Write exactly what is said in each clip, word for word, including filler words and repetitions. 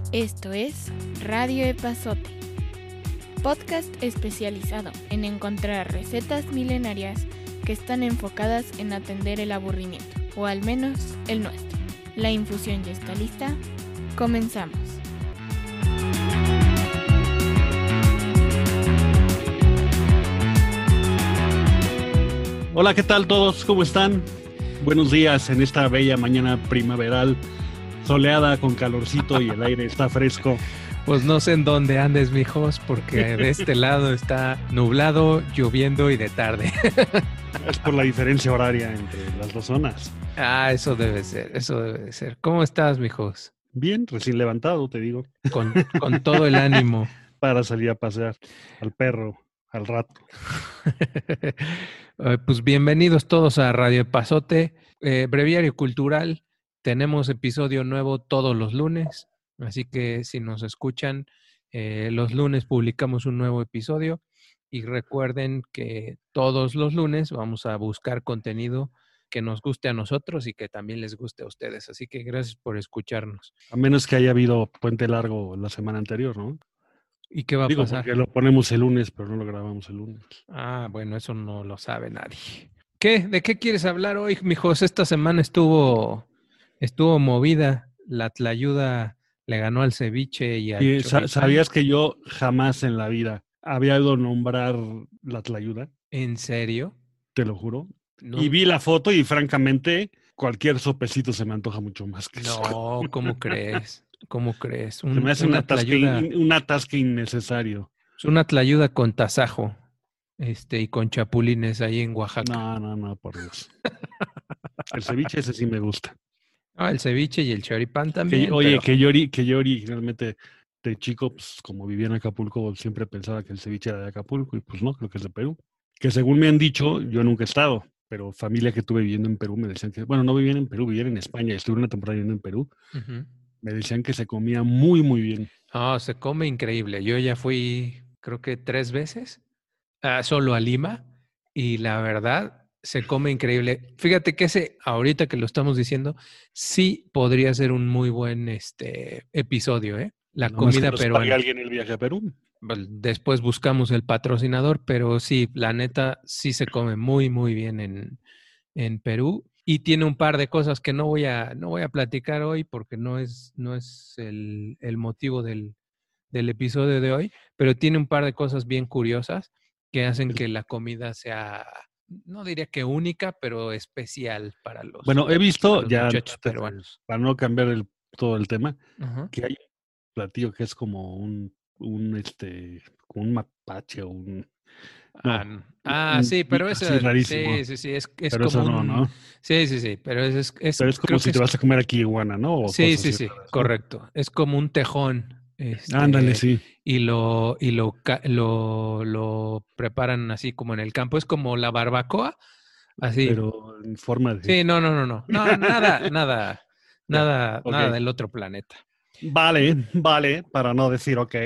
Esto es Radio Epazote, podcast especializado en encontrar recetas milenarias que están enfocadas en atender el aburrimiento, o al menos el nuestro. La infusión ya está lista. Comenzamos. Hola, ¿qué tal todos? ¿Cómo están? Buenos días en esta bella mañana primaveral, soleada con calorcito y el aire está fresco. Pues no sé en dónde andes, mijos, porque de este lado está nublado, lloviendo y de tarde. Es por la diferencia horaria entre las dos zonas. Ah, eso debe ser, eso debe de ser. ¿Cómo estás, mijos? Bien, recién levantado, te digo. Con, con todo el ánimo. Para salir a pasear al perro al rato. Pues bienvenidos todos a Radio Epazote, eh, Breviario Cultural. Tenemos episodio nuevo todos los lunes, así que si nos escuchan, eh, los lunes publicamos un nuevo episodio. Y recuerden que todos los lunes vamos a buscar contenido que nos guste a nosotros y que también les guste a ustedes. Así que gracias por escucharnos. A menos que haya habido puente largo la semana anterior, ¿no? ¿Y qué va a Digo, pasar? porque lo ponemos el lunes, pero no lo grabamos el lunes. Ah, bueno, eso no lo sabe nadie. ¿Qué? ¿De qué quieres hablar hoy, mijos? Esta semana estuvo, estuvo movida. La tlayuda le ganó al ceviche y al ¿Y choripán. sabías que yo jamás en la vida había oído nombrar la tlayuda? ¿En serio? Te lo juro. No, Y vi la foto y francamente cualquier sopecito se me antoja mucho más que eso. no, ¿cómo crees? ¿Cómo crees? Un, Se me hace una una tasca, tlayuda, in, un atasque innecesario. una tlayuda con tasajo, este, y con chapulines ahí en Oaxaca. No, no, no, por Dios. El ceviche ese sí me gusta. Ah, el ceviche y el choripán también. Que, oye, pero... que yo, que yo originalmente de chico, pues como vivía en Acapulco, siempre pensaba que el ceviche era de Acapulco y pues no, creo que es de Perú. Que según me han dicho, yo nunca he estado, pero familia que tuve viviendo en Perú me decían que, bueno, no vivían en Perú, vivían en España, estuve una temporada viviendo en Perú, Uh-huh. me decían que se comía muy, muy bien. Ah, se come increíble. Yo ya fui, creo que tres veces, uh, solo a Lima, y la verdad, se come increíble. Fíjate que ese, ahorita que lo estamos diciendo, sí podría ser un muy buen este, episodio, ¿eh? La Nada más que comida nos pague peruana. alguien el viaje a Perú. Después buscamos el patrocinador, pero sí, la neta, sí se come muy, muy bien en, en Perú. Y tiene un par de cosas que no voy a, no voy a platicar hoy porque no es, no es el, el motivo del, del episodio de hoy, pero tiene un par de cosas bien curiosas que hacen que la comida sea, no diría que única, pero especial para los, Bueno, he visto, los ya muchachos antes, peruanos. para no cambiar el, todo el tema, Uh-huh. que hay un platillo que es como un, un este, como un mapache o un, Ah, no, ah, un sí, pero bicho eso, así rarísimo. sí, sí, sí, es, es Pero como eso no, un, ¿no? sí, sí, sí, pero es, es, es- Pero es como creo que si te es, vas a comer aquí iguana, ¿no? O sí, cosas sí, así sí, raras, ¿no? correcto, es como un tejón, Ándale, este, sí. y lo, y lo, ca- lo, lo preparan así como en el campo, es como la barbacoa, así, Pero en forma de... sí, no, no, no, no, no, nada, nada, Ya, nada, ok. nada del otro planeta. Vale, vale, para no decir ok.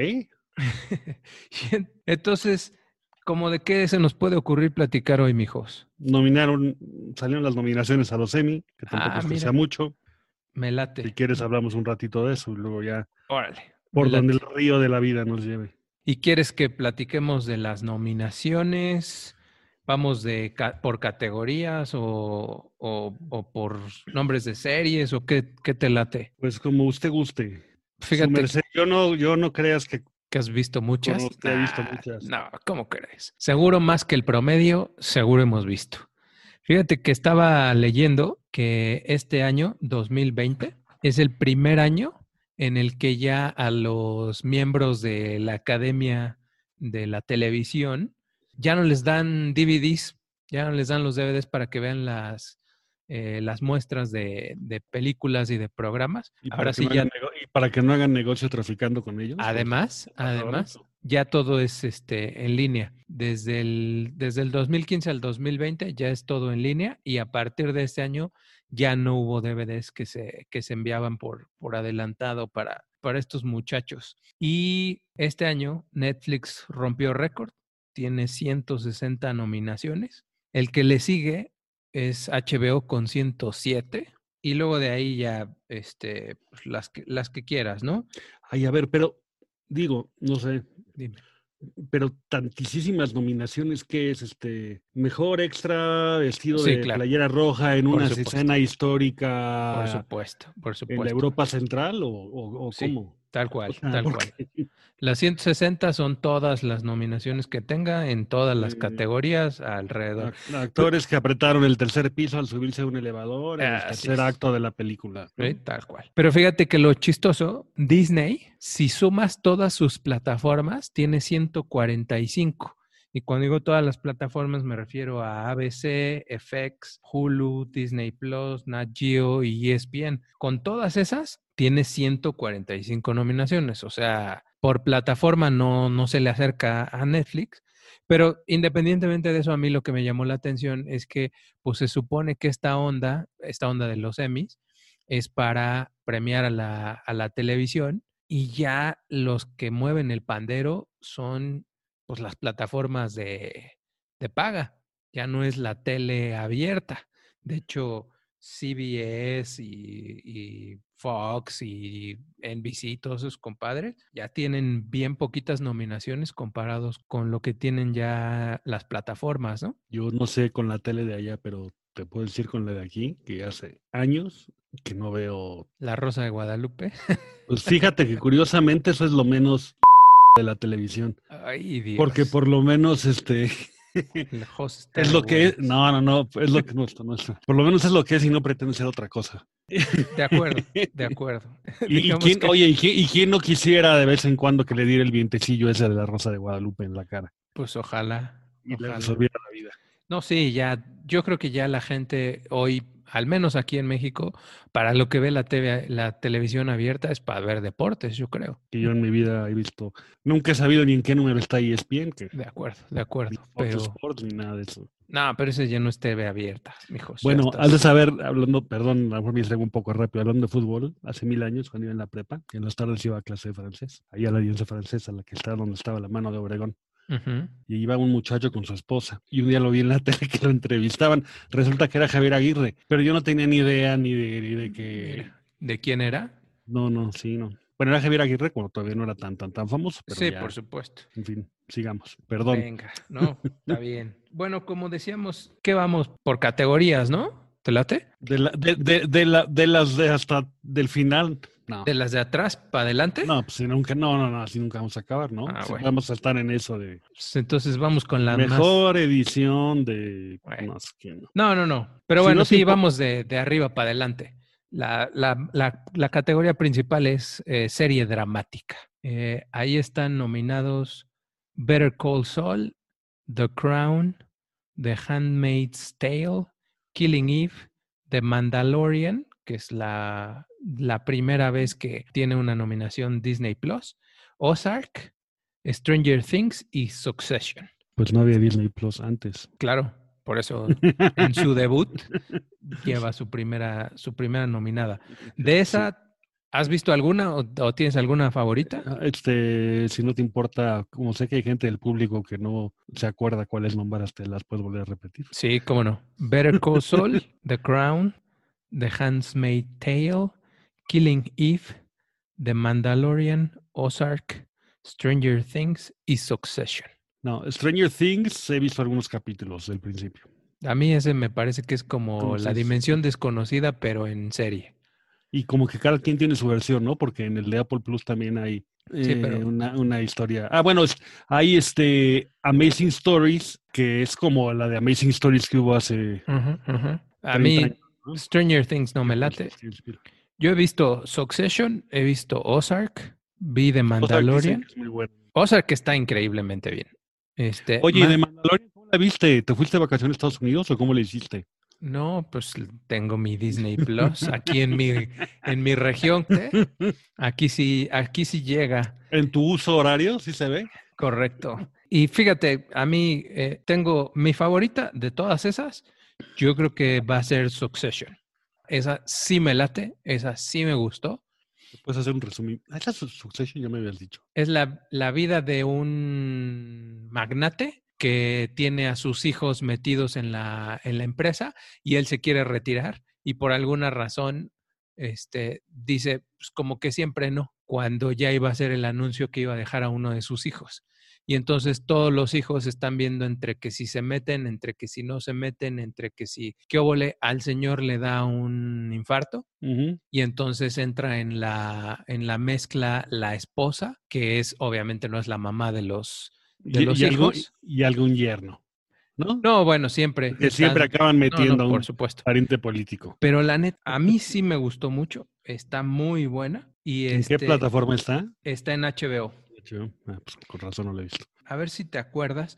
Entonces, ¿cómo de qué se nos puede ocurrir platicar hoy, mijos? Nominaron, salieron las nominaciones a los Emmy, que tampoco Ah, es que sea mira, mucho. me Si late. quieres hablamos un ratito de eso y luego ya Órale, me por donde el late. río de la vida nos lleve. ¿Y quieres que platiquemos de las nominaciones? ¿Vamos de ca- por categorías o, o- o por nombres de series o qué, qué te late? Pues como usted guste. Su Fíjate merced, yo no, yo no creas que que has visto muchas. conozco, he visto Nah, muchas. no, ¿cómo crees? Seguro más que el promedio, seguro hemos visto. Fíjate que estaba leyendo que este año, dos mil veinte, es el primer año en el que ya a los miembros de la Academia de la Televisión ya no les dan D V Ds, ya no les dan los D V Ds para que vean las, eh, las muestras de, de películas y de programas. Y para Ahora que sí no ya, hagan, nego- y para que no hagan negocio traficando con ellos, porque además, está además, sabroso. ya todo es este, en línea. Desde el, desde el dos mil quince al dos mil veinte ya es todo en línea y a partir de este año ya no hubo D V Ds que se, que se enviaban por, por adelantado para, para estos muchachos. Y este año Netflix rompió récord, tiene ciento sesenta nominaciones. El que le sigue es H B O con ciento siete y luego de ahí ya este, pues, las, que, las que quieras, ¿no? Ay, a ver, pero digo, no sé, Dime. pero tantísimas nominaciones que es este mejor extra vestido Sí, de claro. playera roja en Por una supuesto. escena Por histórica supuesto, por en la supuesto. Europa Central o, o, o Sí, cómo? tal O cual, sea, tal porque cual. Las ciento sesenta son todas las nominaciones que tenga en todas las eh, categorías alrededor. ac- actores que apretaron el tercer piso al subirse a un elevador en el Así tercer es. acto de la película, Sí, ¿no? tal cual. Pero fíjate que lo chistoso, Disney, si sumas todas sus plataformas, tiene ciento cuarenta y cinco. Y cuando digo todas las plataformas, me refiero a A B C, F X, Hulu, Disney Plus, Nat Geo y E S P N. Con todas esas, tiene ciento cuarenta y cinco nominaciones. O sea, por plataforma no, no se le acerca a Netflix. Pero independientemente de eso, a mí lo que me llamó la atención es que pues se supone que esta onda, esta onda de los Emmys, es para premiar a la, a la televisión y ya los que mueven el pandero son pues las plataformas de, de paga, ya no es la tele abierta. De hecho, C B S y, y Fox y N B C, todos esos compadres, ya tienen bien poquitas nominaciones comparados con lo que tienen ya las plataformas, ¿no? Yo no sé con la tele de allá, pero te puedo decir con la de aquí que hace años que no veo. La Rosa de Guadalupe. Pues fíjate que curiosamente eso es lo menos de la televisión, Ay, porque Dios. por lo menos este El host está es de lo que es. huevos. No, no, no, es lo que no está, no está. Por lo menos es lo que es y no pretende ser otra cosa. De acuerdo, de acuerdo. Y, y Digamos quién, que, oye, ¿y quién, y quién no quisiera de vez en cuando que le diera el vientecillo ese de la Rosa de Guadalupe en la cara pues ojalá, y le ojalá. resolviera la vida? No, sí, ya, yo creo que ya la gente hoy, al menos aquí en México, para lo que ve la T V, la televisión abierta es para ver deportes, yo creo. Que yo en mi vida he visto, nunca he sabido ni en qué número está E S P N, que De acuerdo, de ni acuerdo. Fox Pero, Sports ni nada de eso. no, pero ese ya no es T V abierta, mijos, ya Bueno, has de estás. saber, hablando, perdón, a lo mejor me distraigo un poco rápido, hablando de fútbol, hace mil años cuando iba en la prepa, en las tardes iba a clase de francés, ahí a la Alianza Francesa, la que está donde estaba la mano de Obregón. Ujú. Y iba un muchacho con su esposa. Y un día lo vi en la tele que lo entrevistaban. Resulta que era Javier Aguirre. Pero yo no tenía ni idea ni de, ni de que. Mira, ¿de quién era? No, no, sí, no. Bueno, era Javier Aguirre cuando todavía no era tan, tan, tan famoso, pero Sí, ya, por supuesto. en fin, sigamos. Perdón. Venga, no, está bien. Bueno, como decíamos, ¿qué vamos por categorías, no? ¿Te late? De, la, de, de, de, la, de las de hasta del final, no. ¿De las de atrás para adelante? No, pues si nunca, no, no, no, así nunca vamos a acabar, ¿no? Ah, Si bueno. vamos a estar en eso de Pues entonces vamos con las más. mejor edición de Bueno. no sé qué, no. No, no, no. Pero Si bueno, no sí, tipo, vamos de, de arriba para adelante. La, la, la, la categoría principal es eh, serie dramática. Eh, ahí están nominados Better Call Saul, The Crown, The Handmaid's Tale, Killing Eve, The Mandalorian, que es la, la primera vez que tiene una nominación Disney Plus, Ozark, Stranger Things y Succession. pues no había Disney Plus antes. Claro, por eso en su debut lleva su primera, su primera nominada. ¿De esa has visto alguna o, o tienes alguna favorita? Este, si no te importa, como sé que hay gente del público que no se acuerda cuáles nombraste, las puedes volver a repetir. Sí, cómo no. Better Call Saul, The Crown, The Handmaid's Tale, Killing Eve, The Mandalorian, Ozark, Stranger Things y Succession. No, Stranger Things he visto algunos capítulos del principio. A mí ese me parece que es como ¿Cómo la se- dimensión desconocida, pero en serie. Y como que cada quien tiene su versión, ¿no? Porque en el de Apple Plus también hay Sí, eh, pero- una, una historia. Ah, bueno, es- hay este Amazing Stories, que es como la de Amazing Stories que hubo hace Ujú, ujú. A treinta mí años, ¿no? Stranger Things no me late. Yo he visto Succession, he visto Ozark, vi The Ozark dicen Mandalorian. que es muy bueno. Ozark está increíblemente bien. Este, Oye, ¿y ma- de Mandalorian cómo la viste? ¿Te fuiste de vacaciones a Estados Unidos o cómo le hiciste? No, pues tengo mi Disney Plus aquí en mi, en mi región. ¿eh? Aquí sí, aquí sí llega. ¿En tu uso horario sí se ve? Correcto. Y fíjate, a mí eh, tengo mi favorita de todas esas. Yo creo que va a ser Succession. Esa sí me late, esa sí me gustó. Puedes hacer un resumen. Ah, esa es Succession, ya me habías dicho. Es la, la vida de un magnate que tiene a sus hijos metidos en la, en la empresa y él se quiere retirar y por alguna razón este, dice, pues como que siempre no. cuando ya iba a hacer el anuncio que iba a dejar a uno de sus hijos. Y entonces todos los hijos están viendo entre que si se meten, entre que si no se meten, entre que si, qué óvole, al señor le da un infarto. Ujú. Y entonces entra en la, en la mezcla la esposa, que es, obviamente no es la mamá de los, de Y, los y algo, hijos. y algún yerno, ¿no? No, bueno, siempre. Que siempre están- acaban No, metiendo no, a por un supuesto. pariente político. Pero la neta, a mí sí me gustó mucho. Está muy buena. Y ¿En qué este, plataforma está? está en H B O. Yo, ah, pues, con razón no lo he visto. A ver si te acuerdas.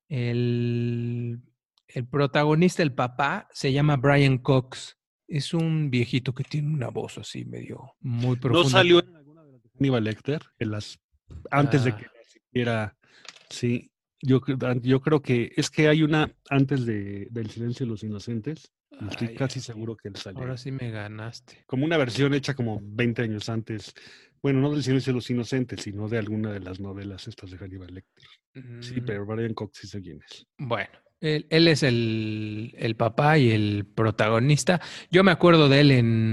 El, el protagonista, el papá, se llama Brian Cox. Es un viejito que tiene una voz así medio muy ¿No profunda. salió en alguna de las de Hannibal Lecter? En las, antes de Ah. que la siquiera... Sí, yo, cre- yo creo que es que hay una antes de, del Silencio de los Inocentes. Y estoy Ay, casi seguro que él salió. ahora sí me ganaste. Como una versión hecha como veinte años antes. Bueno, no del Silencio de los Inocentes, sino de alguna de las novelas estas de Hannibal Lecter. Sí, Mm, pero Brian Cox sí sé quién es. Bueno, él, él es el, el papá y el protagonista. Yo me acuerdo de él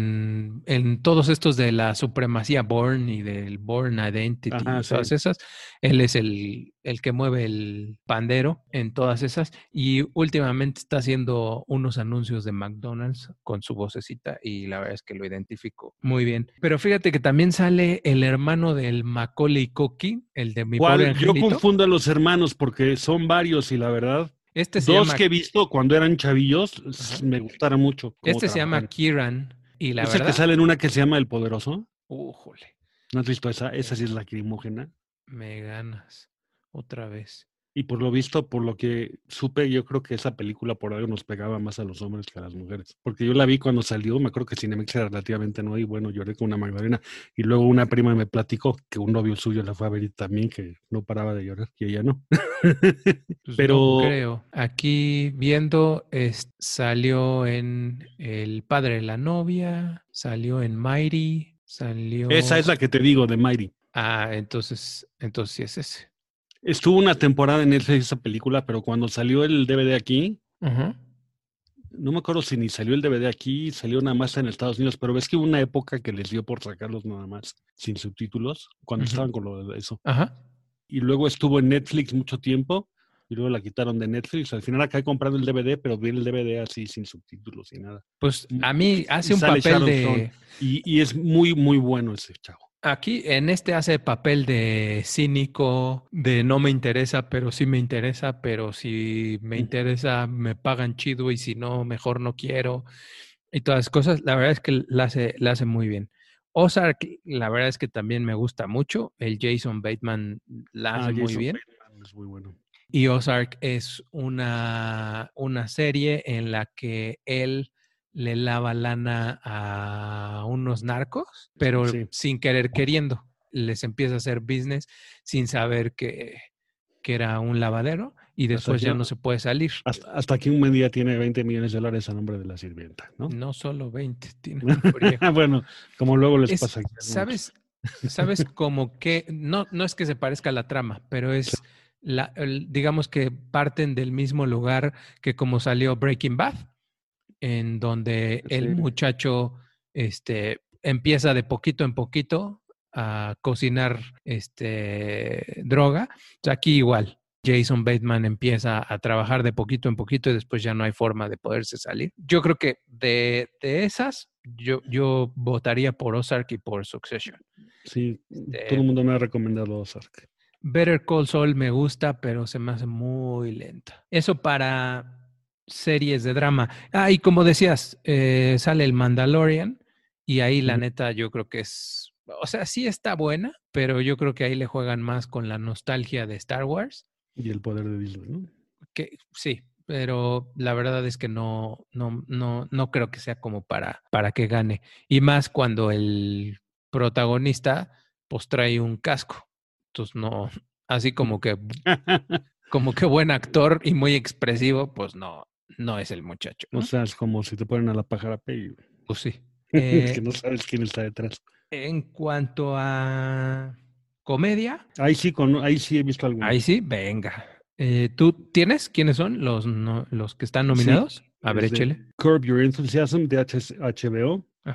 en, en todos estos de la supremacía Bourne y del Bourne Identity Ajá, y todas sí. esas. Él es el, el que mueve el pandero en todas esas. Y últimamente está haciendo unos anuncios de McDonald's con su vocecita y la verdad es que lo identifico muy bien. Pero fíjate que también sale el hermano del Macaulay Culkin, el de Mi Pobre ¿Cuál? Yo Angelito. confundo a los hermanos porque son varios y la verdad, Este se dos llama que he visto cuando eran chavillos Ajá. s- me gustaron mucho. Cómo Este se llama trabajan. Kieran y la ¿Es el que verdad, sale en una que se llama El Poderoso? újole, ¿No has visto esa? Esa sí es Eh. lacrimógena. me ganas otra vez. Y por lo visto, por lo que supe, yo creo que esa película por algo nos pegaba más a los hombres que a las mujeres. Porque yo la vi cuando salió, me acuerdo que Cinemex era relativamente nueva y bueno, lloré con una Magdalena. Y luego una prima me platicó que un novio suyo la fue a ver y también que no paraba de llorar y ella no. Pues Pero no creo. Aquí viendo, es- salió en El padre de la novia, salió en Mighty, salió. esa es la que te digo de Mighty. Ah, entonces, entonces sí es ese. Estuvo una temporada en Netflix esa película, pero cuando salió el D V D aquí, Ujú. no me acuerdo si ni salió el D V D aquí, salió nada más en Estados Unidos, pero ves que hubo una época que les dio por sacarlos nada más, sin subtítulos, cuando Ujú. estaban con lo de eso. Ajá. Y luego estuvo en Netflix mucho tiempo, y luego la quitaron de Netflix. Al final acabé comprando el D V D, pero vi el D V D así, sin subtítulos y nada. Pues Mm, a mí hace y un sale papel Sharon de. Stone, y, y es muy, muy bueno ese chavo. Aquí en este hace papel de cínico, de no me interesa, pero sí me interesa, pero si me Ujú. interesa me pagan chido y si no, mejor no quiero. Y todas las cosas, la verdad es que la hace, la hace muy bien. Ozark, la verdad es que también me gusta mucho. El Jason Bateman la hace Ah, muy Jason bien. Bateman es muy bueno. Y Ozark es una, una serie en la que él le lava lana a unos narcos, pero Sí. sin querer queriendo. Les empieza a hacer business sin saber que, que era un lavadero y después Hasta ya que- no se puede salir. Hasta, hasta que un buen día tiene veinte millones de dólares a nombre de la sirvienta, ¿no? No solo veinte, tiene un friego. Bueno, como luego les Es- pasa aquí a algunos. ¿Sabes? ¿Sabes como que, no, no es que se parezca a la trama, pero es, la, el- digamos que parten del mismo lugar que como salió Breaking Bad, en donde el Sí. muchacho este, empieza de poquito en poquito a cocinar este, droga. O sea, aquí igual, Jason Bateman empieza a trabajar de poquito en poquito y después ya no hay forma de poderse salir. Yo creo que de, de esas, yo, yo votaría por Ozark y por Succession. Sí, Este, todo el mundo me ha recomendado Ozark. Better Call Saul me gusta, pero se me hace muy lenta. Eso para series de drama. Ah, y como decías, eh, sale el Mandalorian y ahí la Ujú. neta yo creo que es, o sea, sí está buena, pero yo creo que ahí le juegan más con la nostalgia de Star Wars. Y el poder de Disney, ¿no? Que sí, pero la verdad es que no, no, no, no creo que sea como para, para que gane. Y más cuando el protagonista pues trae un casco. Entonces no, así como que, como que buen actor y muy expresivo, pues no, no es el muchacho, ¿no? O sea, es como si te ponen a la pájara y Pues sí. es Eh, que no sabes quién está detrás. en cuanto a comedia, Ahí sí, con, ahí sí he visto algunos. ahí sí, venga. Eh, ¿tú tienes quiénes son los, no- los que están Sí, nominados? A ver, es de échele. Curb Your Enthusiasm de H- HBO, Ajá.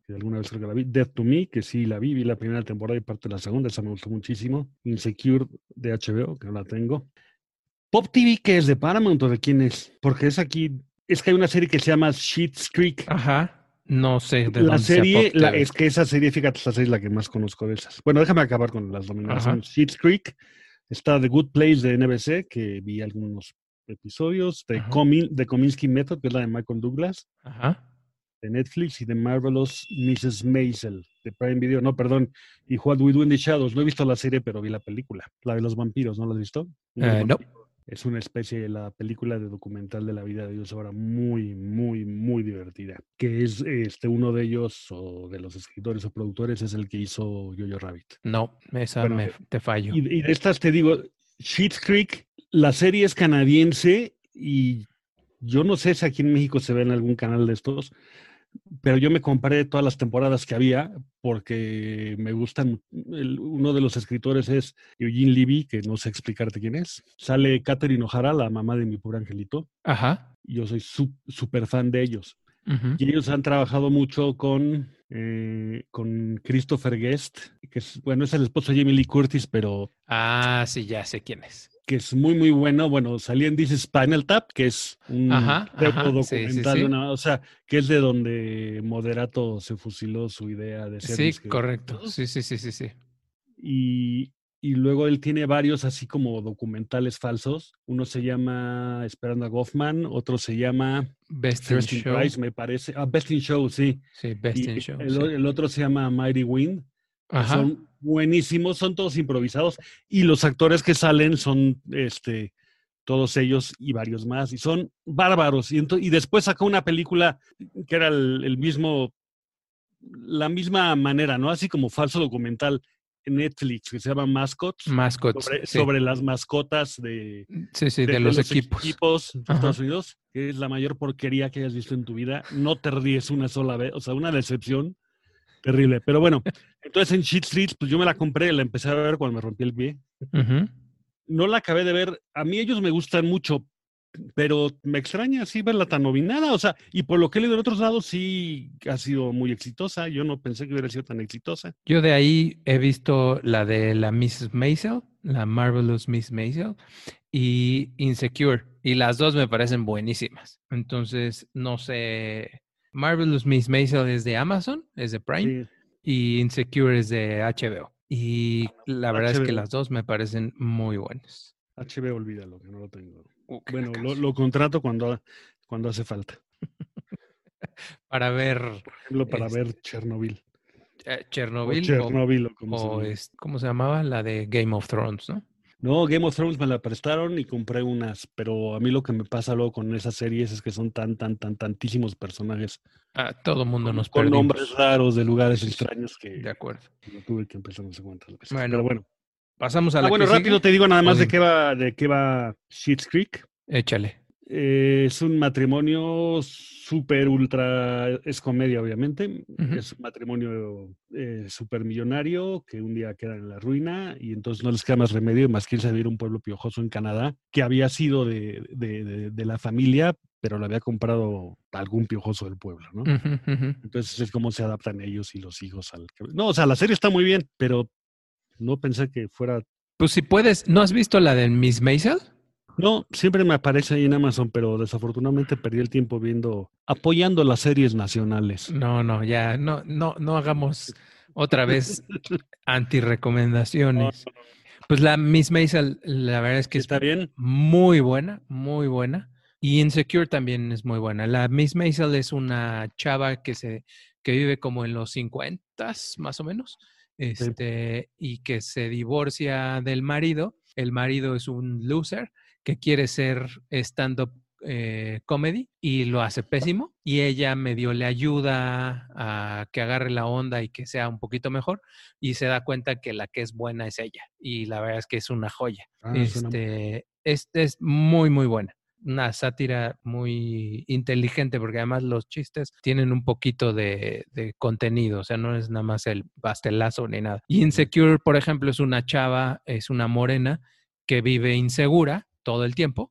que alguna vez creo que la vi. Death to Me, que sí la vi, vi la primera temporada y parte de la segunda, esa me gustó muchísimo. Insecure de H B O, que no la tengo. Pop T V, ¿qué es? ¿De Paramount o de quién es? Porque es aquí, es que hay una serie que se llama Schitt's Creek. Ajá, no sé de La dónde sea serie, Pop la, T V. es que esa serie, fíjate, esa serie es la que más conozco de esas. Bueno, déjame acabar con las dominadas. Ajá. Son Schitt's Creek, está The Good Place de N B C, que vi algunos episodios, de, Ajá. Comin, de Kominsky Method, que es la de Michael Douglas, Ajá. de Netflix, y de Marvelous missus Maisel, de Prime Video. No, perdón, y What We Do in the Shadows. No he visto la serie, pero vi la película. La de los vampiros, ¿no la has visto? Unos Eh, no. vampiros. Es una especie de la película de documental de la vida de Dios ahora muy, muy, muy divertida. Que es este uno de ellos, o de los escritores o productores, es el que hizo Jojo Rabbit. No, esa Bueno, me, te fallo. Y, y de estas te digo, Schitt's Creek, la serie es canadiense y yo no sé si aquí en México se ve en algún canal de estos, pero yo me compré todas las temporadas que había porque me gustan. El, uno de los escritores es Eugene Levy, que no sé explicarte quién es. Sale Catherine O'Hara, la mamá de Mi Pobre Angelito. Ajá. Y yo soy súper fan de ellos. Uh-huh. Y ellos han trabajado mucho con, eh, con Christopher Guest, que es, bueno, es el esposo de Jamie Lee Curtis, pero... Ah, sí, ya sé quién es. Que es muy, muy bueno. Bueno, salía en This is Spinal Tap, que es un ajá, ajá, documental, sí, sí, sí. de una, o sea, que es de donde Moderato se fusiló su idea de ser... Sí, correcto. Sí, sí, sí, sí, sí. Y, y luego él tiene varios así como documentales falsos. Uno se llama Esperando a Goffman, otro se llama Best First in in Show. Price, me parece. Ah, Best in Show, sí. Sí, Best y in Show. El, sí. el otro se llama Mighty Wind. Ajá. Son buenísimos, son todos improvisados. Y los actores que salen son este, todos ellos y varios más. Y son bárbaros. Y, ento- y después sacó una película que era el, el mismo, la misma manera, ¿no? Así como falso documental en Netflix, que se llama Mascots. Mascots. Sobre, sí. sobre las mascotas de, sí, sí, de, de, de los, los equipos, equipos de Ajá. Estados Unidos, que es la mayor porquería que hayas visto en tu vida. No te ríes una sola vez, o sea, una decepción terrible. Pero bueno, entonces en Schitt's Creek, pues yo me la compré, la empecé a ver cuando me rompí el pie. Uh-huh. No la acabé de ver. A mí ellos me gustan mucho, pero me extraña así verla tan nominada. O sea, y por lo que he leído en otros lados, sí ha sido muy exitosa. Yo no pensé que hubiera sido tan exitosa. Yo de ahí he visto la de la missus Maisel, la Marvelous Miss Maisel, y Insecure. Y las dos me parecen buenísimas. Entonces, no sé. Marvelous Miss Maisel es de Amazon, es de Prime, sí. Y Insecure es de H B O. Y la verdad H B O. Es que las dos me parecen muy buenas. H B O, olvídalo, que no lo tengo. Uh, bueno, lo, lo contrato cuando, cuando hace falta. Para ver... Por ejemplo, para este, ver Chernobyl. Eh, Chernobyl. O Chernobyl, o, o, como o se es, ¿cómo se llamaba? La de Game of Thrones, ¿no? No, Game of Thrones me la prestaron y compré unas, pero a mí lo que me pasa luego con esas series es que son tan, tan, tan, tantísimos personajes. Ah, todo el mundo con, nos con perdimos. nombres raros de lugares extraños que... De acuerdo. No tuve que empezar no sé cuántas veces. Bueno, pero bueno. Pasamos a la ah, bueno, que rápido sigue. te digo nada más de qué va, de qué va Schitt's Creek. Échale. Eh, es un matrimonio súper ultra, es comedia obviamente, uh-huh. Es un matrimonio eh, súper millonario que un día queda en la ruina y entonces no les queda más remedio más que irse a vivir a un pueblo piojoso en Canadá que había sido de, de, de, de la familia, pero lo había comprado algún piojoso del pueblo, ¿no? Uh-huh, uh-huh. Entonces es como se adaptan ellos y los hijos al... No, o sea, la serie está muy bien, pero no pensé que fuera... Pues si puedes, ¿no has visto la de Miss Maisel? No, siempre me aparece ahí en Amazon, pero desafortunadamente perdí el tiempo viendo, apoyando las series nacionales. No, no, ya, no, no, no hagamos otra vez anti-recomendaciones. No, no, no. Pues la Miss Maisel, la verdad es que ¿Está es bien? Muy buena, muy buena. Y Insecure también es muy buena. La Miss Maisel es una chava que se, que vive como en los cincuentas, más o menos, este, sí. Y que se divorcia del marido. El marido es un loser que quiere ser stand-up eh, comedy y lo hace pésimo y ella medio le ayuda a que agarre la onda y que sea un poquito mejor y se da cuenta que la que es buena es ella y la verdad es que es una joya. Ah, este, es, es muy muy buena, una sátira muy inteligente porque además los chistes tienen un poquito de, de contenido, o sea, no es nada más el pastelazo ni nada. Y Insecure, por ejemplo, es una chava, es una morena que vive insegura todo el tiempo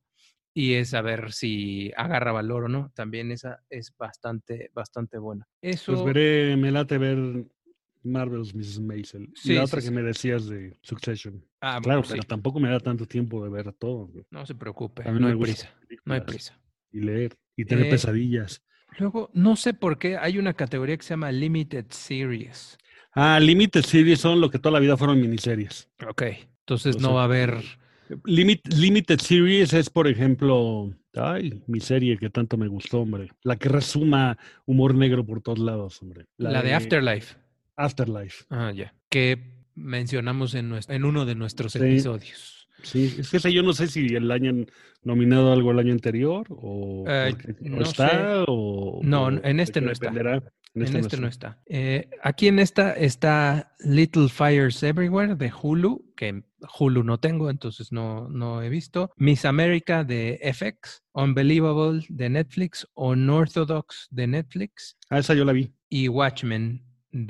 y es a ver si agarra valor o no. También esa es bastante, bastante buena. Eso, Pues veré, me late ver Marvel's missus Maisel. Y la sí, otra sí, que sí. me decías de Succession. Ah, Claro, sí, pero tampoco me da tanto tiempo de ver todo. Güey. no se preocupe, También no hay me gustan prisa, las no hay películas prisa. y leer y tener Eh, pesadillas. luego, no sé por qué hay una categoría que se llama Limited Series. Ah, Limited Series son lo que toda la vida fueron miniseries. Ok, entonces O no sea, va a haber... Limit, Limited Series es, por ejemplo, ay, mi serie que tanto me gustó, hombre. La que resuma humor negro por todos lados, hombre. La, La de de Afterlife. Afterlife. Ah, ya. Que mencionamos en, nuestro, en uno de nuestros Sí, episodios. sí, es que ese yo no sé si el año nominado algo el año anterior o Eh, porque no no sé. está o, No, o en de este qué no está. dependerá. En En este no este no está. está. Eh, aquí en esta está Little Fires Everywhere de Hulu, que Hulu no tengo, entonces no, no he visto. Miss America de F X, Unbelievable de Netflix, Unorthodox de Netflix Ah, esa yo la vi. y Watchmen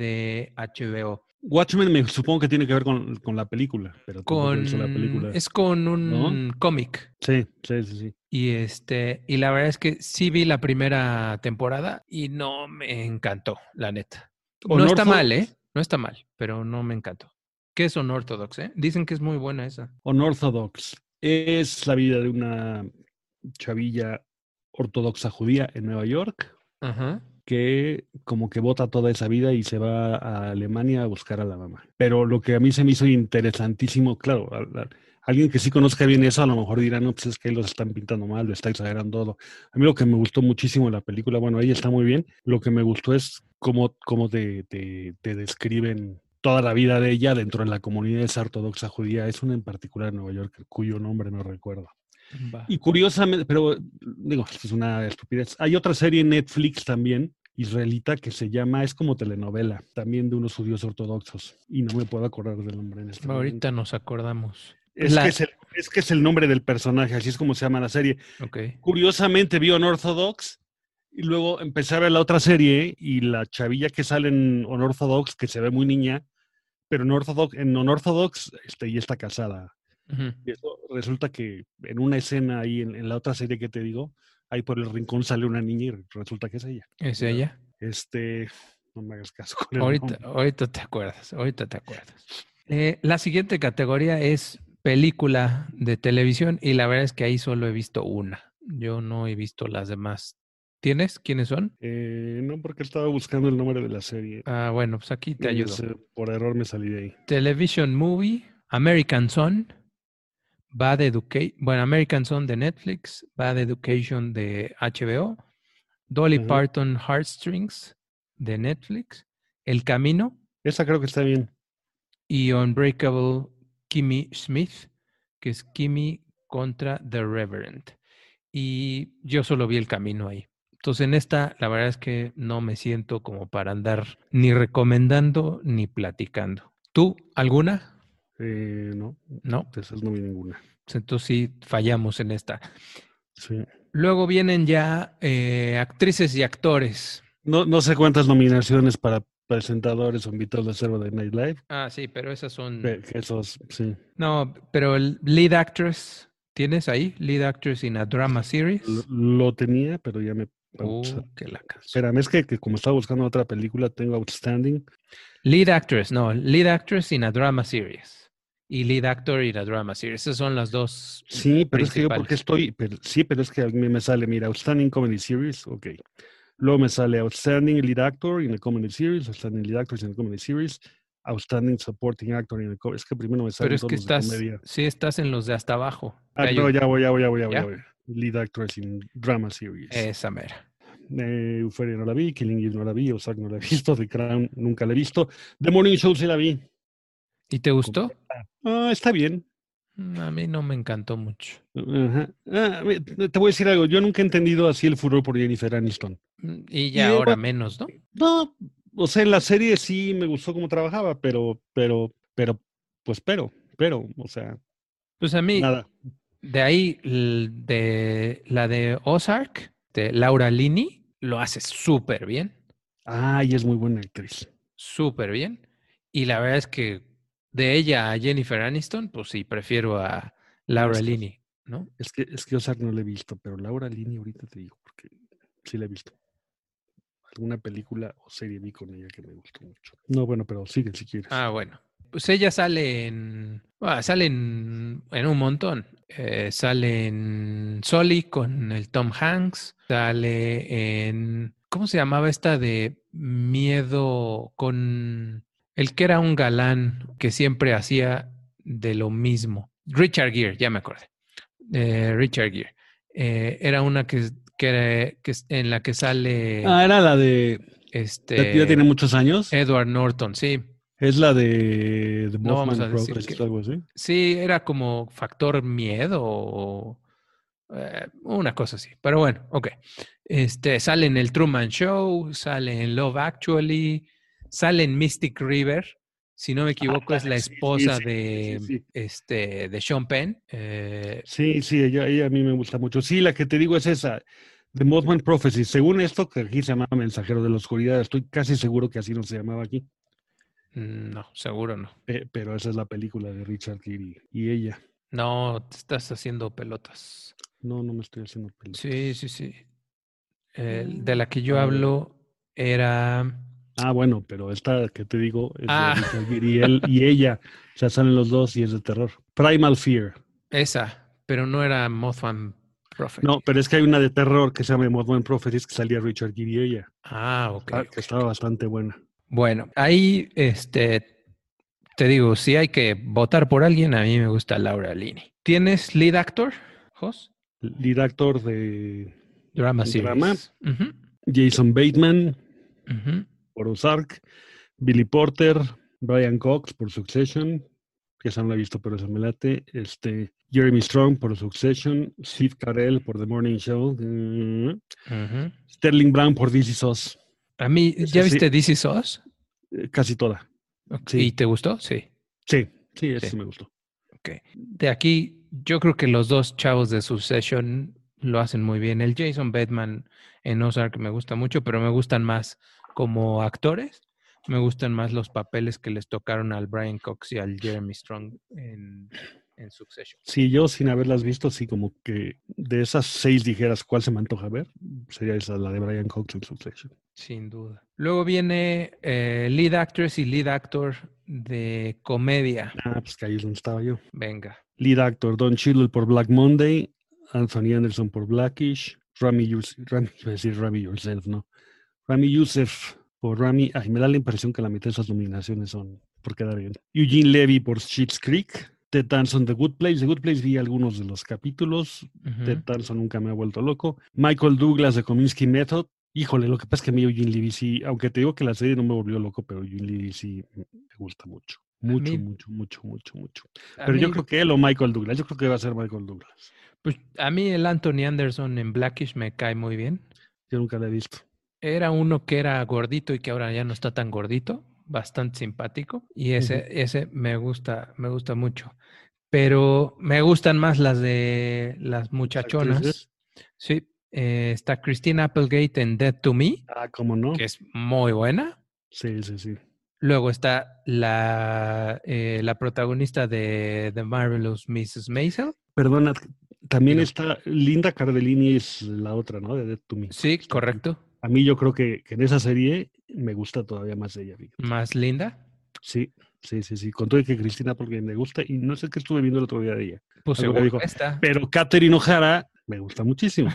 de H B O. Watchmen me supongo que tiene que ver con, con la película, pero tampoco he visto la Con, película, es con ¿no? un cómic. Sí, sí, sí, sí. Y este, y la verdad es que sí vi la primera temporada y no me encantó, la neta. No está mal, ¿eh? Unorthodox, No está mal, pero no me encantó. ¿Qué es Unorthodox, eh? Dicen que es muy buena esa. Unorthodox es la vida de una chavilla ortodoxa judía en Nueva York Ajá. que como que bota toda esa vida y se va a Alemania a buscar a la mamá. Pero lo que a mí se me hizo interesantísimo, claro, a, a, alguien que sí conozca bien eso a lo mejor dirá, no, pues es que ahí los están pintando mal, lo está exagerando todo. A mí lo que me gustó muchísimo de la película, bueno, ahí está muy bien, lo que me gustó es cómo, cómo te, te, te describen toda la vida de ella dentro de la comunidad esa ortodoxa judía. Es una en particular en Nueva York, cuyo nombre no recuerdo. Va. Y curiosamente, pero digo, esto es una estupidez. Hay otra serie en Netflix también, israelita, que se llama, es como telenovela, también de unos judíos ortodoxos. Y no me puedo acordar del nombre en este Ahorita momento. nos acordamos. Es que La... es, el, es que es el nombre del personaje, así es como se llama la serie. Ok. Curiosamente vi Unorthodox y luego empecé a ver la otra serie y la chavilla que sale en Unorthodox, que se ve muy niña, pero en Unorthodox, en Unorthodox este, ya está casada. Ujú. Y eso resulta que en una escena ahí en, en la otra serie que te digo, ahí por el rincón sale una niña y resulta que es ella. ¿Es Pero, ella? este, no me hagas caso con el Ahorita, nombre. ahorita te acuerdas, ahorita te acuerdas. Eh, la siguiente categoría es película de televisión y la verdad es que ahí solo he visto una. Yo no he visto las demás. ¿Tienes? ¿Quiénes son? Eh, no, porque estaba buscando el nombre de la serie. Ah, bueno, pues aquí te Y ayudo. ese, por error me salí de ahí. Television Movie, American Son, Bad Education, bueno, American Son de Netflix, Bad Education de H B O, Dolly Ajá. Parton Heartstrings de Netflix, El Camino Esa creo que está bien. y Unbreakable Kimmy Smith, que es Kimmy contra The Reverend. Y yo solo vi El Camino ahí. Entonces en esta, la verdad es que no me siento como para andar ni recomendando ni platicando. ¿Tú alguna? Eh, no, No. de esas no vi ninguna. Entonces sí fallamos en esta. Sí. Luego vienen ya eh, actrices y actores. No, no sé cuántas nominaciones para presentadores o invitados de Saturday Night Live. Ah, sí, pero esas son... Pe- que Esos, sí. No, pero el lead actress, ¿tienes ahí? Lead actress in a drama series. Lo, lo tenía, pero ya me pausa. Uh, que la canción. Espérame, es que, que como estaba buscando otra película, tengo Outstanding. Lead actress, no, lead actress in a drama series. Y lead actor in a drama series. Esas son las dos Sí, pero es que yo porque principales. estoy, pero, sí, pero es que a mí me sale, mira, Outstanding Comedy Series, ok. Luego me sale Outstanding Lead Actor in a Comedy Series, Outstanding Lead Actors in a Comedy Series, Outstanding Supporting Actor in a Comedy. Es que primero me Pero salen es que todos los de estás, comedia. sí estás en los de hasta abajo. Te Ah, no, ayudo. ya voy, ya voy, ya voy, ya voy, ya ¿Ya? voy. Lead Actors in Drama Series. Esa mera. Eh, Euphoria no la vi, Killing Eve no la vi, Ozark no la he visto, The Crown nunca la he visto, The Morning Show sí la vi. ¿Y te gustó? Ah, está bien. Mm, A mí no me encantó mucho. Ajá. Ah, me- te voy a decir algo, yo nunca he entendido así el furor por Jennifer Aniston. Mm, Y Y ya eh, ahora bueno, menos, ¿no? no, o sea, en la serie sí me gustó cómo trabajaba, pero, pero, pero, pues, pero, pero, o sea, Pues a mí, nada. de ahí, l- de la de Ozark, de Laura Linney, lo hace súper bien, Ay, es muy buena actriz. súper bien. Y la verdad es que de ella a Jennifer Aniston, pues sí, prefiero a Laura Más, Linney. ¿no? Es que, es que Ozark no la he visto, pero Laura Linney ahorita te digo, porque sí la he visto. Alguna película o serie vi con ella que me gustó mucho. No, bueno, pero sigue si quieres. Ah, bueno. Pues ella sale en... ah, sale en, en un montón. Eh, sale en Sully con el Tom Hanks. Sale en... ¿Cómo se llamaba esta de miedo con... el que era un galán que siempre hacía de lo mismo? Richard Gere, ya me acordé. Eh, Richard Gere. Eh, era una que, que, era- que es- en la que sale Ah, era la de... Ya, este ya tiene muchos años. Edward Norton, sí. Es la de The No vamos Mothman a decir Prophecies que- o algo así. Sí, era como factor miedo o eh, una cosa así. Pero bueno, ok. Este, sale en el Truman Show, sale en Love Actually, sale en Mystic River. Si no me equivoco, es la sí, sí, esposa sí, de, sí, sí. este, de Sean Penn. Eh, Sí, sí, ella, ella a mí me gusta mucho. Sí, la que te digo es esa, The Mothman Prophecies. Según esto, que aquí se llama Mensajero de la Oscuridad, estoy casi seguro que así no se llamaba aquí. no, seguro no. Pe- pero esa es la película de Richard Gere y, y ella. No, te estás haciendo pelotas. No, no me estoy haciendo pelotas. Sí, sí, sí. El de la que yo A ver. hablo era... Ah, bueno, pero esta que te digo es Ah. de Richard Gere y él y ella. O sea, salen los dos y es de terror. Primal Fear. Esa, pero no era Mothman Prophet. No, pero es que hay una de terror que se llama Mothman Prophecies que salía Richard Gere y ella. Ah, ok. Ah, ok, que estaba ok. bastante buena. Bueno, ahí este, te digo, si hay que votar por alguien, a mí me gusta Laura Linney. ¿Tienes lead actor, Jos? Lead actor de Drama El series. drama. Ujú, Jason Bateman ujú. por Ozark, Billy Porter, Brian Cox por Succession, que esa no la he visto, pero esa me late. Este, Jeremy Strong por Succession, Steve Carell por The Morning Show, mm, Ujú. Sterling Brown por This Is Us. A mí, Ese ¿ya sí. viste This Is Us? Eh, Casi toda. Ok, Sí. ¿y te gustó? Sí. Sí, sí, ese Sí. sí me gustó. Ok. De aquí, yo creo que los dos chavos de Succession lo hacen muy bien. El Jason Bateman en Ozark me gusta mucho, pero me gustan más como actores. Me gustan más los papeles que les tocaron al Brian Cox y al Jeremy Strong en, en Succession. Sí, yo sin haberlas visto, sí, como que de esas seis dijeras cuál se me antoja ver, sería esa, la de Brian Cox en Succession. Sin duda. Luego viene eh, lead actress y lead actor de comedia. Ah, pues que ahí es donde estaba yo. Venga. Lead actor Don Cheadle por Black Monday, Anthony Anderson por Blackish, Rami Youssef, Rami, iba a decir Rami Yourself, no. Rami Youssef por Rami, ay, me da la impresión que la mitad de esas nominaciones son por quedar bien. Eugene Levy por Schitt's Creek, Ted Danson The Good Place, The Good Place vi algunos de los capítulos, Ujú. Ted Danson nunca me ha vuelto loco, Michael Douglas de Kominsky Method, híjole, lo que pasa es que a mí Eugene Levy sí, aunque te digo que la serie no me volvió loco, pero Eugene Levy sí me gusta mucho. Mucho, mí- mucho, mucho, mucho, mucho. A Pero yo mí- creo que él o Michael Douglas, yo creo que va a ser Michael Douglas. Pues a mí el Anthony Anderson en Blackish me cae muy bien. Yo nunca la he visto. Era uno que era gordito y que ahora ya no está tan gordito, bastante simpático. Y ese, Ujú. ese me gusta, me gusta mucho. Pero me gustan más las de las muchachonas. ¿Actrices? Sí, eh, está Christine Applegate en Dead to Me, Ah, ¿cómo no? que es muy buena. Sí, sí, sí. Luego está la, eh, la protagonista de The Marvelous missus Maisel. Perdona, también Diga. está Linda Cardellini, es la otra, ¿no? De Dead to Me. Sí, Está aquí. correcto. A mí yo creo que, que en esa serie me gusta todavía más ella. Fíjate. Más linda. Sí, sí, sí, sí. Con todo y que Cristina porque me gusta y no sé qué estuve viendo el otro día de ella. Pues Algo que seguro dijo, está. Pero Catherine O'Hara me gusta muchísimo.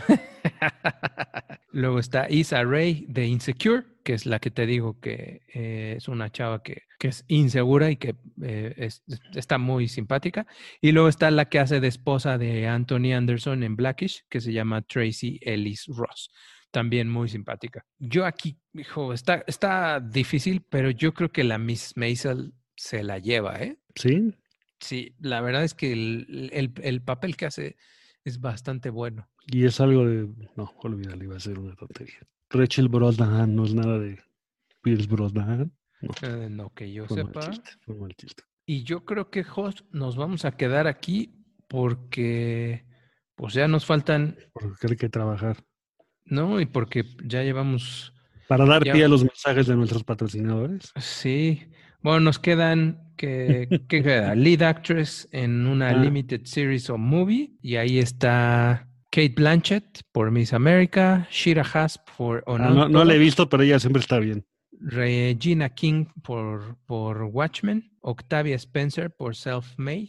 Luego está Issa Rae de Insecure, que es la que te digo que eh, es una chava que, que es insegura y que eh, es- está muy simpática. Y luego está la que hace de esposa de Anthony Anderson en Blackish, que se llama Tracy Ellis Ross. También muy simpática. Yo aquí, hijo, está, está difícil, pero yo creo que la Miss Maisel se la lleva, ¿eh? ¿Sí? Sí, la verdad es que el, el- el papel que hace es bastante bueno. Y es algo de... No, olvídalo, iba a ser una tontería. Rachel Brosnahan no es nada de Pierce Brosnahan. No, Eh, no que yo fue un mal sepa. chiste, fue un mal chiste. Y yo creo que, Jos, nos vamos a quedar aquí porque pues ya nos faltan, Porque hay que trabajar. ¿no? Y porque ya llevamos, Para dar Ya. pie a los mensajes de nuestros patrocinadores. sí, Bueno, nos quedan, ¿qué, qué queda? Lead Actress en una Ah. Limited Series o Movie. Y ahí está Kate Blanchett por Miss America, Shira Haas por Ah, no, no la he Unorthodox, visto, pero ella siempre está bien. Regina King por, por Watchmen, Octavia Spencer por Self-Made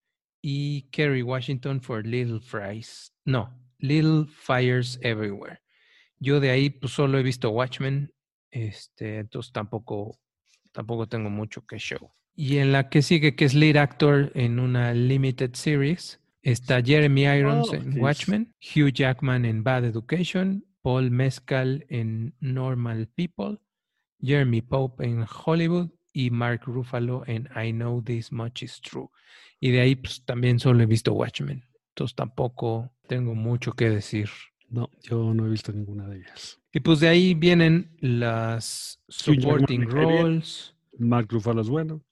y Kerry Washington por Little Fries. No, Little Fires Everywhere. Yo de ahí pues solo he visto Watchmen, este, entonces tampoco, tampoco tengo mucho que show. Y en la que sigue, que es lead actor en una limited series, está Jeremy Irons Oh, en sí. Watchmen, Hugh Jackman en Bad Education, Paul Mescal en Normal People, Jeremy Pope en Hollywood y Mark Ruffalo en I Know This Much Is True. Y de ahí pues también solo he visto Watchmen, entonces tampoco tengo mucho que decir. No, yo no he visto ninguna de ellas. Y pues de ahí vienen las Hugh Jackman supporting me cae bien. roles Mark Ruffalo es bueno.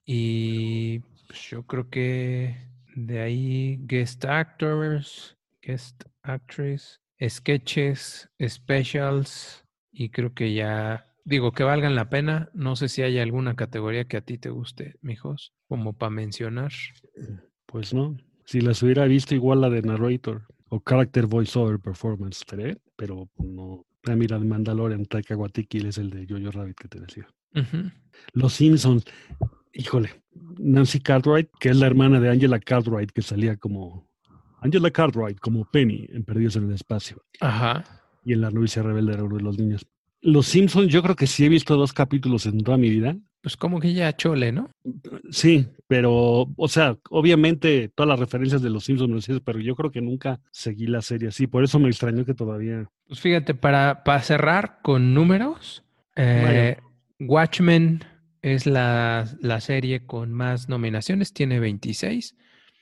y pues, yo creo que de ahí guest actors, guest actress, sketches, specials y creo que ya digo que valgan la pena. No sé si hay alguna categoría que a ti te guste, mijos, como para mencionar. Pues no. Si las hubiera visto igual la de Narrator o Character Voiceover Performance, estaría bien, pero no. Ah, mira, de Mandalorian, Taika Waititi, él es el de Jojo Rabbit que te decía. Ujú. Los Simpsons, híjole, Nancy Cartwright, que es la hermana de Angela Cartwright, que salía como Angela Cartwright, como Penny en Perdidos en el Espacio. Ajá. Y en La novicia rebelde era uno de los niños. Los Simpsons, yo creo que sí he visto dos capítulos en toda mi vida. Pues como que ya chole, ¿no? Sí, pero, o sea, obviamente todas las referencias de los Simpsons, no sé, pero yo creo que nunca seguí la serie así. Por eso me extrañó que todavía. Pues fíjate, para, para cerrar con números, eh, Watchmen es la, la serie con más nominaciones, tiene veintiséis.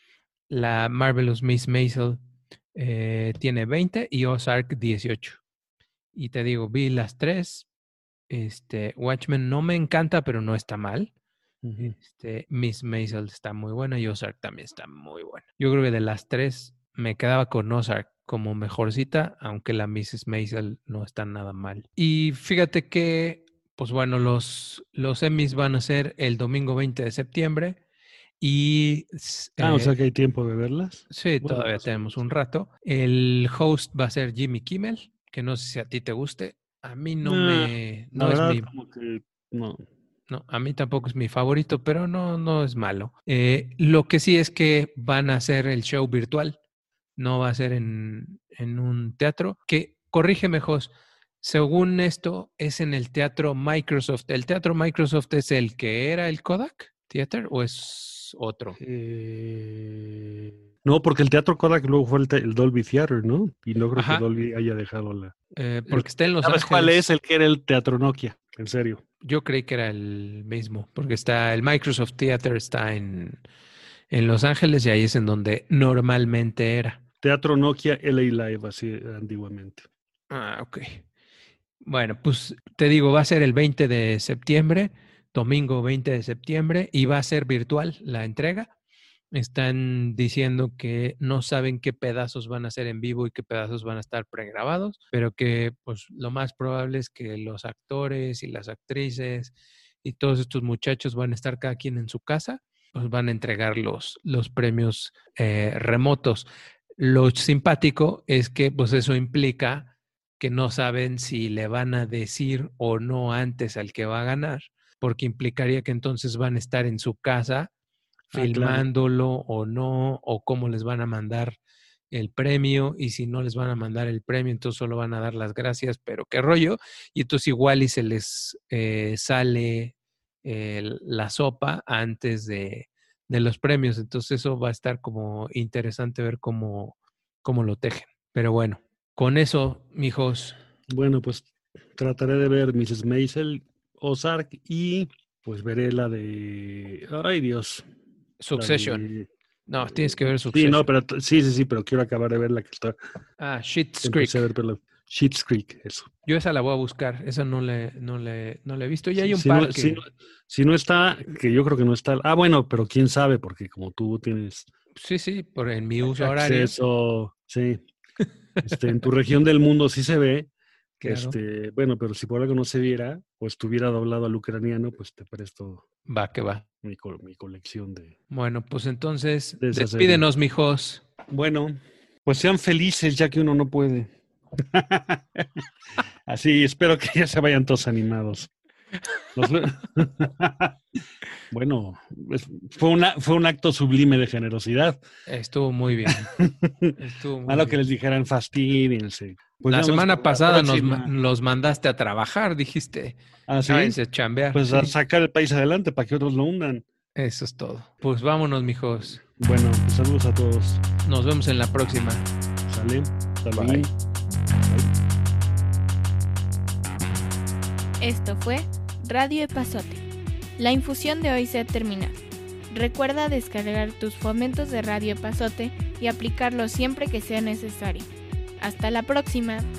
La Marvelous Miss Maisel eh, tiene veinte y Ozark dieciocho. Y te digo, vi las tres. Este, Watchmen no me encanta, pero no está mal. Uh-huh. Este, Miss Maisel está muy buena y Ozark también está muy buena. Yo creo que de las tres me quedaba con Ozark como mejorcita, aunque la missus Maisel no está nada mal. Y fíjate que, pues bueno, los, los Emmys van a ser el domingo veinte de septiembre y... Ah, o sea eh, que hay tiempo de verlas. sí, Bueno, todavía más o tenemos menos. un rato. El host va a ser Jimmy Kimmel, que no sé si a ti te guste. A mí no Ah, me... la No es verdad, mi... como que no. No, a mí tampoco es mi favorito, pero no, no es malo. Eh, lo que sí es que van a hacer el show virtual, no va a ser en, en un teatro, que corrígeme, Jos, según esto es en el teatro Microsoft. ¿El teatro Microsoft es el que era el Kodak Theater o es otro? Eh, No, porque el Teatro Kodak luego fue el, te- el Dolby Theater, ¿no? Y no creo que Ajá, Dolby haya dejado la. eh, el- porque está en Los ¿Sabes cuál Ángeles. es el que era el Teatro Nokia? En serio. Yo creí que era el mismo, porque está el Microsoft Theater está en, en Los Ángeles y ahí es en donde normalmente era. Teatro Nokia L A Live, así era antiguamente. Ah, ok. Bueno, pues te digo, va a ser el veinte de septiembre, domingo veinte de septiembre, y va a ser virtual la entrega. Están diciendo que no saben qué pedazos van a ser en vivo y qué pedazos van a estar pregrabados, pero que pues lo más probable es que los actores y las actrices y todos estos muchachos van a estar cada quien en su casa, pues van a entregar los, los premios eh, remotos. Lo simpático es que pues eso implica que no saben si le van a decir o no antes al que va a ganar, porque implicaría que entonces van a estar en su casa Ah, claro. filmándolo o no, o cómo les van a mandar el premio, y si no les van a mandar el premio, entonces solo van a dar las gracias, pero qué rollo, y entonces igual y se les eh, sale eh, la sopa antes de, de los premios, entonces eso va a estar como interesante ver cómo, cómo lo tejen. Pero bueno, con eso, mijos, Bueno, pues trataré de ver missus Maisel, Ozark y pues veré la de. Ay, Dios. La Succession. de. No, tienes que ver Sí, Succession. no, pero t- sí, sí, sí, pero quiero acabar de ver la que está. Ah, Schitt's Empecé a Creek. ver, pero Schitt's Creek, eso. Yo esa la voy a buscar, esa no le, no le, no le he visto. Y hay un Si par no, que... si, no, si no está, que yo creo que no está. Ah, bueno, pero quién sabe, porque como tú tienes Sí, sí, por en mi uso horario. acceso, sí, este, en tu región del mundo sí se ve, Claro. Este, bueno, pero si por algo no se viera o estuviera doblado al ucraniano, pues te presto Va que va. mi, co- mi colección de... Bueno, pues entonces, De esa despídenos, mijos. Bueno, pues sean felices ya que uno no puede. Así, espero que ya se vayan todos animados. Nos ve- Bueno, es- fue, una, fue un acto sublime de generosidad. Estuvo muy bien. Estuvo muy Malo bien. que les dijeran fastidiense. Pues la ya nos- semana la pasada nos próxima- ma- los mandaste a trabajar, dijiste. ¿Ah, sí? Váyanse a chambear. Pues a Sí. sacar el país adelante para que otros lo hundan. Eso es todo. Pues vámonos, mijos. Bueno, pues saludos a todos. Nos vemos en la próxima. ¿Sale? Hasta luego. Bye. Esto fue Radio Epazote. La infusión de hoy se ha terminado. Recuerda descargar tus fragmentos de Radio Epazote y aplicarlos siempre que sea necesario. Hasta la próxima.